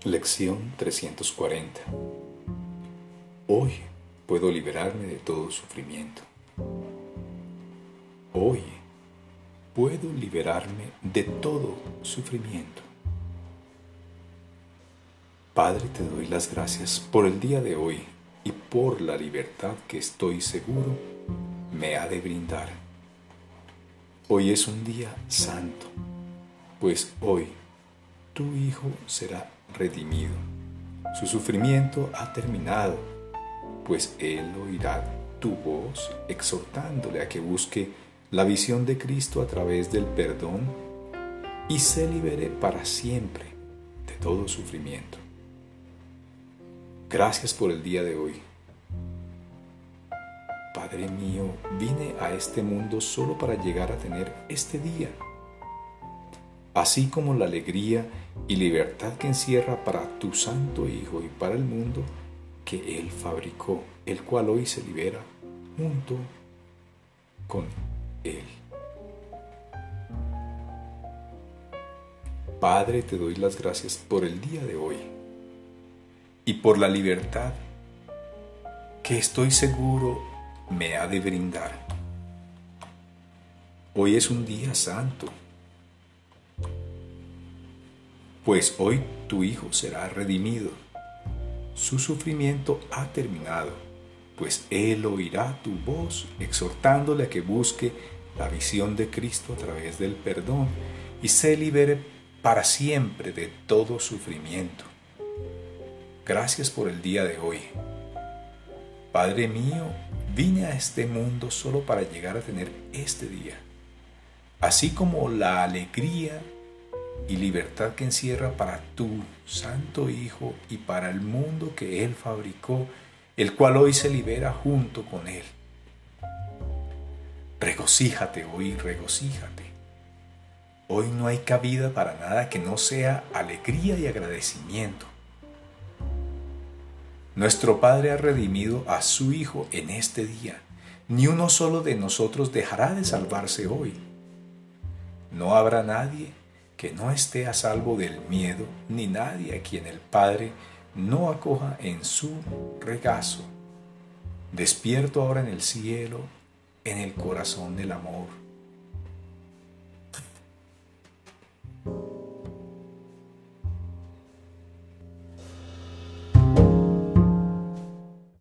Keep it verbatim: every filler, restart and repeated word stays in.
Lección trescientos cuarenta. Hoy puedo liberarme de todo sufrimiento. Hoy puedo liberarme de todo sufrimiento. Padre, te doy las gracias por el día de hoy y por la libertad que estoy seguro me ha de brindar. Hoy es un día santo, pues hoy tu Hijo será redimido. Su sufrimiento ha terminado, pues Él oirá tu voz exhortándole a que busque la visión de Cristo a través del perdón y se libere para siempre de todo sufrimiento. Gracias por el día de hoy. Padre mío, vine a este mundo solo para llegar a tener este día, así como la alegría y libertad que encierra para tu Santo Hijo y para el mundo que Él fabricó, el cual hoy se libera junto con Él. Padre, te doy las gracias por el día de hoy y por la libertad que estoy seguro me ha de brindar. Hoy es un día santo, pues hoy tu Hijo será redimido. Su sufrimiento ha terminado, pues Él oirá tu voz exhortándole a que busque la visión de Cristo a través del perdón y se libere para siempre de todo sufrimiento. Gracias por el día de hoy. Padre mío, vine a este mundo solo para llegar a tener este día, así como la alegría y libertad que encierra para tu Santo Hijo y para el mundo que Él fabricó, el cual hoy se libera junto con Él. Regocíjate hoy, regocíjate. Hoy no hay cabida para nada que no sea alegría y agradecimiento. Nuestro Padre ha redimido a su Hijo en este día. Ni uno solo de nosotros dejará de salvarse hoy. No habrá nadie que no esté a salvo del miedo, ni nadie a quien el Padre no acoja en su regazo. Despierto ahora en el cielo, en el corazón del amor.